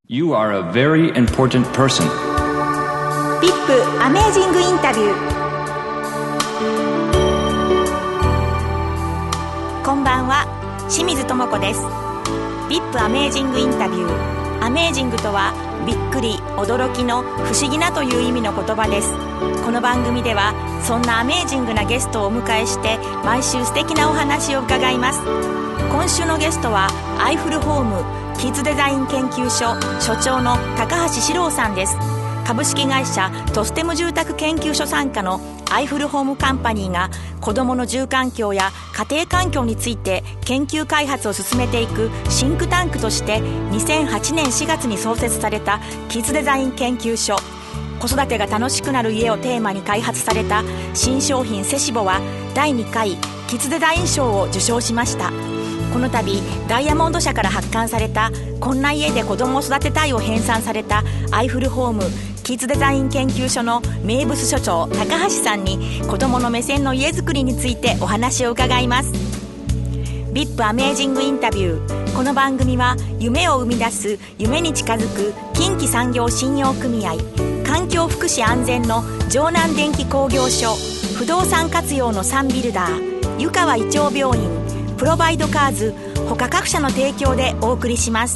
You are a very important person. ビップアメージングインタビュー。こんばんは、清水智子です。ビップアメージングインタビュー。アメージングとはびっくり、驚きの不思議なという意味の言葉です。この番組ではそんなアメージングなゲストをお迎えして毎週素敵なお話を伺います。今週のゲストはアイフルホームキッズデザイン研究所所長の高橋史郎さんです。株式会社トステム住宅研究所傘下のアイフルホームカンパニーが子どもの住環境や家庭環境について研究開発を進めていくシンクタンクとして2008年4月に創設されたキッズデザイン研究所。子育てが楽しくなる家をテーマに開発された新商品セシボは第2回キッズデザイン賞を受賞しました。この度ダイヤモンド社から発刊されたこんな家で子供を育てたいを編纂されたアイフルホームキッズデザイン研究所の名物所長高橋さんに子供の目線の家づくりについてお話を伺います。ビップアメージングインタビュー。この番組は夢を生み出す夢に近づく近畿産業信用組合、環境福祉安全の城南電機工業所、不動産活用のサンビルダー、湯川胃腸病院、プロバイドカーズ他各社の提供でお送りします。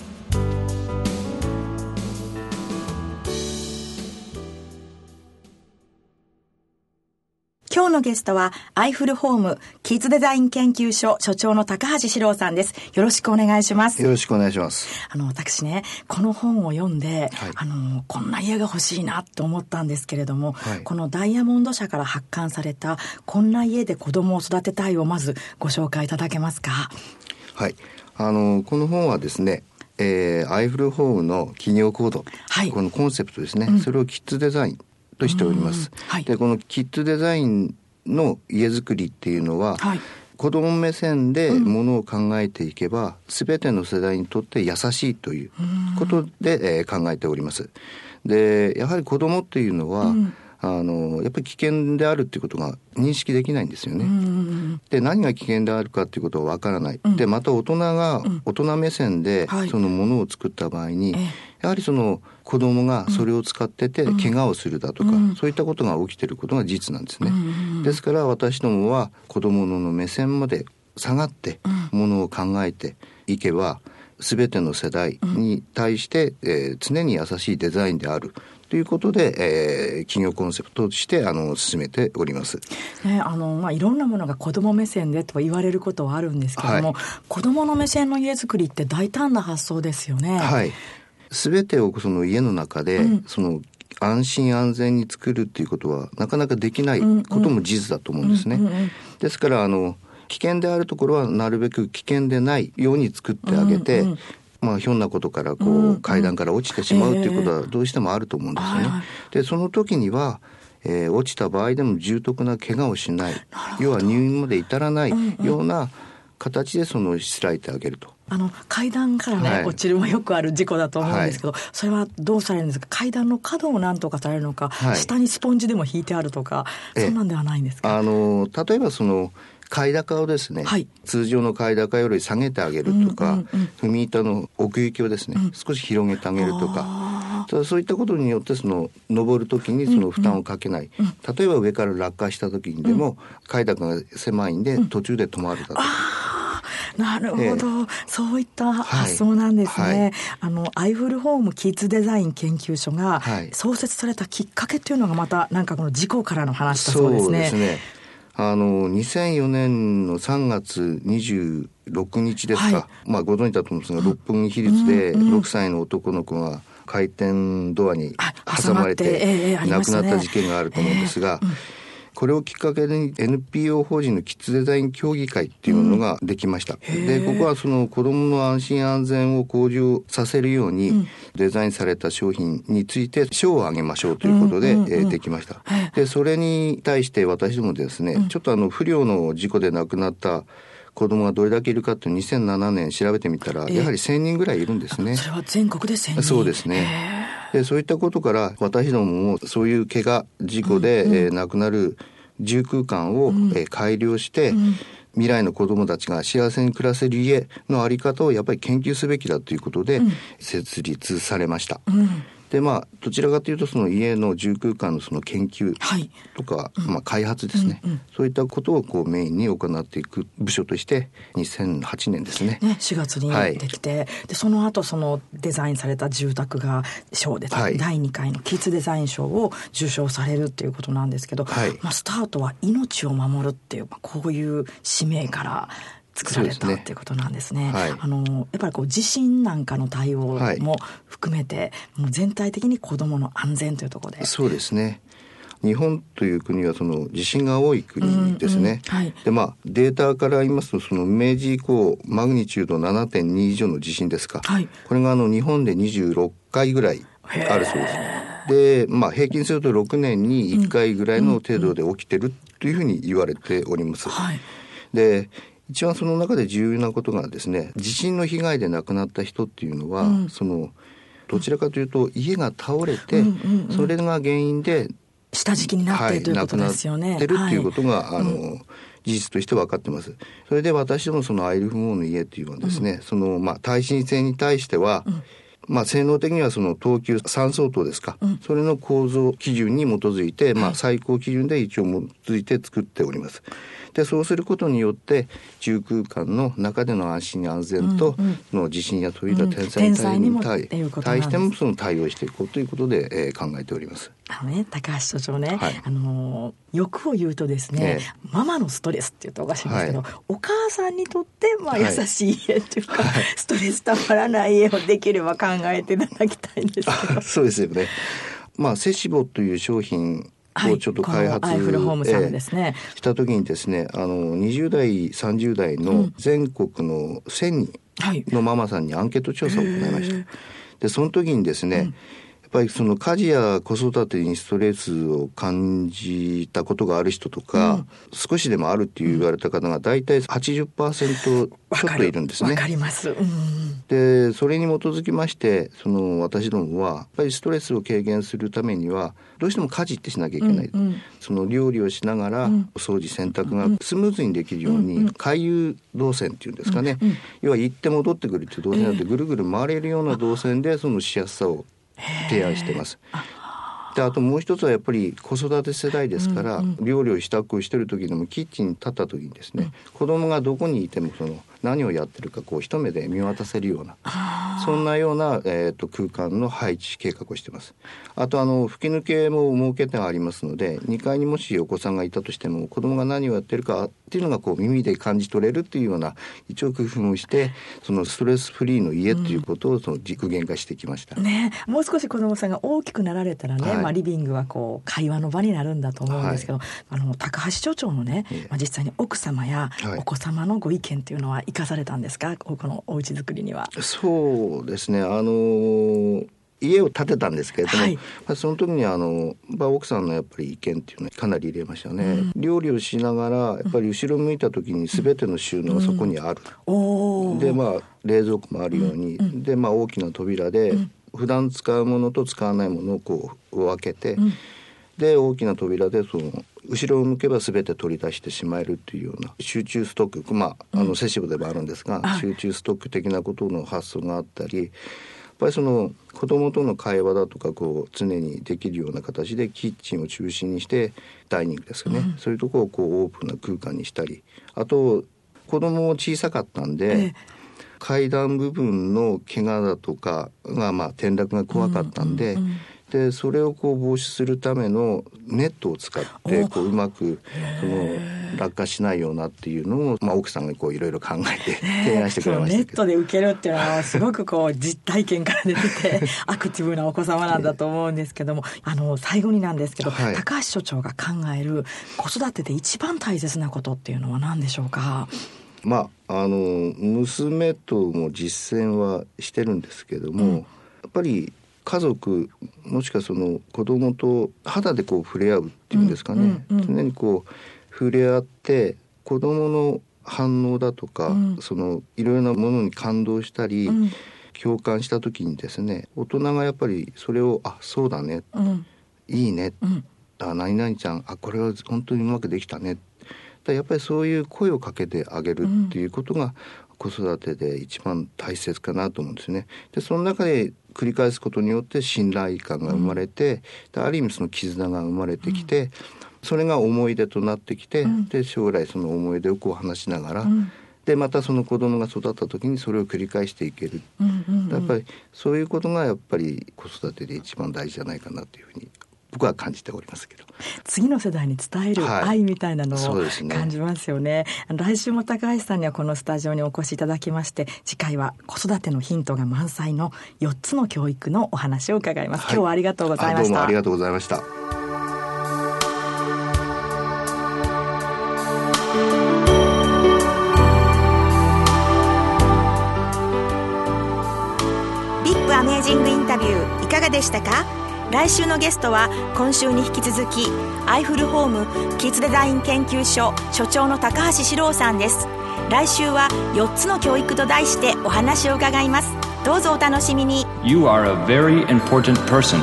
今日のゲストはアイフルホームキッズデザイン研究所所長の高橋史郎さんです。よろしくお願いします。 よろしくお願いします。 私ね、この本を読んで、こんな家が欲しいなと思ったんですけれども、このダイヤモンド社から発刊されたこんな家で子供を育てたいをまずご紹介いただけますか。 はい、この本はですね、アイフルホームの企業コード、このコンセプトですね、それをキッズデザインとしております。で、このキッズデザインの家づくりっていうのは、子ども目線でものを考えていけば、全ての世代にとって優しいということで、考えております。で、やはり子どもっていうのは、やっぱり危険であるっていうことが認識できないんですよね。で、何が危険であるかっていうことはわからない。で、また大人が大人目線でそのものを作った場合に、やはりその子供がそれを使ってて怪我をするだとか、そういったことが起きていることが事実なんですね。ですから私どもは子供の目線まで下がってものを考えていけば、全ての世代に対して、常に優しいデザインであるということで、企業コンセプトとして進めております。 いろんなものが子ども目線でと言われることはあるんですけども、子どもの目線の家づくりって大胆な発想ですよね。 全てをその家の中で、その安心安全に作るっていうことはなかなかできないことも事実だと思うんですね。ですから危険であるところはなるべく危険でないように作ってあげて、ひょんなことから階段から落ちてしまうということはどうしてもあると思うんですよね。で、その時には、落ちた場合でも重篤な怪我をしない、要は入院まで至らないような形でしつらえてあげると。 階段から落ちるはよくある事故だと思うんですけど、それはどうされるんですか。階段の角を何とかされるのか、下にスポンジでも引いてあるとか、そんなんではないんですか。 例えば階高をですね、通常の階高より下げてあげるとか、踏み板の奥行きをですね、少し広げてあげるとか、そういったことによって登るときに負担をかけない、例えば上から落下したときにでも、階高が狭いんで途中で止まるだとか、 なるほど、そういった発想なんですね。アイフルホームキッズデザイン研究所が創設されたきっかけっていうのがまたこの事故からの話だそうですね。 そうですね。2004年の3月26日ですか、ご存知だと思うんですが、六本木ヒルズで6歳の男の子が回転ドアに挟まれて亡くなった事件があると思うんですが、これをきっかけに NPO 法人のキッズデザイン協議会っていうのができました。で、ここは子どもの安心安全を向上させるようにデザインされた商品について賞をあげましょうということで、できました。で、それに対して私どもですね、ちょっと不慮の事故で亡くなった子供がどれだけいるかって2007年調べてみたら、やはり1000人ぐらいいるんですね。 それは全国で1000人。 そうですね。で、そういったことから私どももそういう怪我事故で、亡くなる住空間を、改良して、 未来の子どもたちが幸せに暮らせる家の在り方をやっぱり研究すべきだということで設立されました。でどちらかというとその家の住空間のその研究とか、開発ですね、そういったことをこうメインに行っていく部署として2008年ですね、 4月にできて、でその後そのデザインされた住宅が賞で、第2回のキッズデザイン賞を受賞されるっていうことなんですけど、スタートは命を守るっていう、こういう使命から作られたっていうことなんですね。やっぱりこう地震なんかの対応も含めて、もう全体的に子どもの安全というところで。 そうですね。日本という国はその地震が多い国ですね。でデータから言いますと、その明治以降マグニチュード 7.2 以上の地震ですか、これが日本で26回ぐらいあるそうです。で平均すると6年に1回ぐらいの程度で起きてるというふうに言われております。で一番その中で重要なことがですね、地震の被害で亡くなった人っていうのは、そのどちらかというと家が倒れて、それが原因で下敷きになっているということですよね。 亡くなってるっていうことが、事実として分かってます。それで私どもそのアイルフモーの家っていうのはですね、その耐震性に対しては、性能的にはその等級3相当ですか、それの構造基準に基づいて、最高基準で一応基づいて作っております。でそうすることによって住空間の中での安心安全と、その地震や飛び出天災に対してもその対応していこうということで、考えております。 高橋所長ね、欲を言うとですね、ママのストレスっていうとおかしいんですけど、お母さんにとって優しい家っていうか、ストレスたまらない家をできれば考えていただきたいんですけど。 そうですよね。セシボという商品をちょっと開発、 アイフルホームさんですね、 した時にですね、20代30代の全国の1000人のママさんにアンケート調査を行いました。でその時にですね、やっぱりその家事や子育てにストレスを感じたことがある人とか、少しでもあるって言われた方が大体 80% ちょっといるんですね。 わかります。 でそれに基づきまして、その私どもはやっぱりストレスを軽減するためにはどうしても家事ってしなきゃいけない、その料理をしながら掃除洗濯がスムーズにできるように、回遊動線っていうんですかね、要は行って戻ってくるっていう動線なんで、ぐるぐる回れるような動線でそのしやすさを提案してます。であともう一つはやっぱり子育て世代ですから、料理を支度をしている時でもキッチンに立った時にですね、子供がどこにいてもその何をやってるかこう一目で見渡せるような、そんなような、空間の配置計画をしています。あと吹き抜けも設けてありますので、2階にもしお子さんがいたとしても子供が何をやってるかっていうのがこう耳で感じ取れるっていうような一応工夫をして、そのストレスフリーの家ということをその実現化してきました、 もう少し子供さんが大きくなられたらね、リビングはこう会話の場になるんだと思うんですけど、高橋所長のね、実際に奥様やお子様のご意見っていうのは生かされたんですか、このお家作りには。 そうですね、家を建てたんですけれども、その時に奥さんのやっぱり意見っていうのはかなり入れましたね、料理をしながらやっぱり後ろ向いた時に全ての収納がそこにある、で冷蔵庫もあるように、で大きな扉で、普段使うものと使わないものをこう分けて、で大きな扉でその後ろを向けば全て取り出してしまえるというような集中ストック、セシブでもあるんですが、集中ストック的なことの発想があったり、やっぱりその子供との会話だとかこう常にできるような形でキッチンを中心にしてダイニングですかね、そういうところをこうオープンな空間にしたり、あと子供も小さかったんで、階段部分の怪我だとかが転落が怖かったんで、でそれをこう防止するためのネットを使ってこううまくその落下しないようなっていうのを、奥さんがこういろいろ考えて提案してくれましたけど、 ネットで受けるっていうのはすごくこう実体験から出ててアクティブなお子様なんだと思うんですけども、最後になんですけど、高橋所長が考える子育てで一番大切なことっていうのは何でしょうか。 娘とも実践はしてるんですけども、やっぱり家族もしくはその子供と肌でこう触れ合うっていうんですかね、常にこう触れ合って子供の反応だとか、そのいろいろなものに感動したり、共感した時にですね、大人がやっぱりそれをそうだね、いいね、何々ちゃんこれは本当にうまくできたねっやっぱりそういう声をかけてあげるっていうことが子育てで一番大切かなと思うんですね。でその中で繰り返すことによって信頼感が生まれて、ある意味その絆が生まれてきて、それが思い出となってきて、で将来その思い出をこう話しながら、でまたその子供が育った時にそれを繰り返していける、やっぱりそういうことがやっぱり子育てで一番大事じゃないかなというふうに僕は感じておりますけど、 次の世代に伝える愛みたいなのを感じますよね。来週も高橋さんにはこのスタジオにお越しいただきまして、次回は子育てのヒントが満載の4つの教育のお話を伺います。今日はありがとうございました。 どうもありがとうございました。 VIP アメージングインタビューいかがでしたか？来週のゲストは今週に引き続きアイフルホームキッズデザイン研究所所長の高橋史郎さんです。来週は4つの教育と題してお話を伺います。どうぞお楽しみに。 You are a very important person.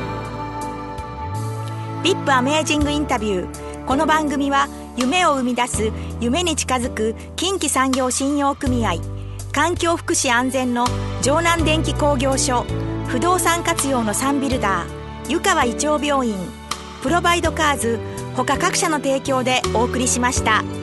VIP アメージングインタビュー。この番組は夢を生み出す夢に近づく近畿産業信用組合、環境福祉安全の城南電機工業所、不動産活用のサンビルダー湯川胃腸病院、プロバイドカーズ他各社の提供でお送りしました。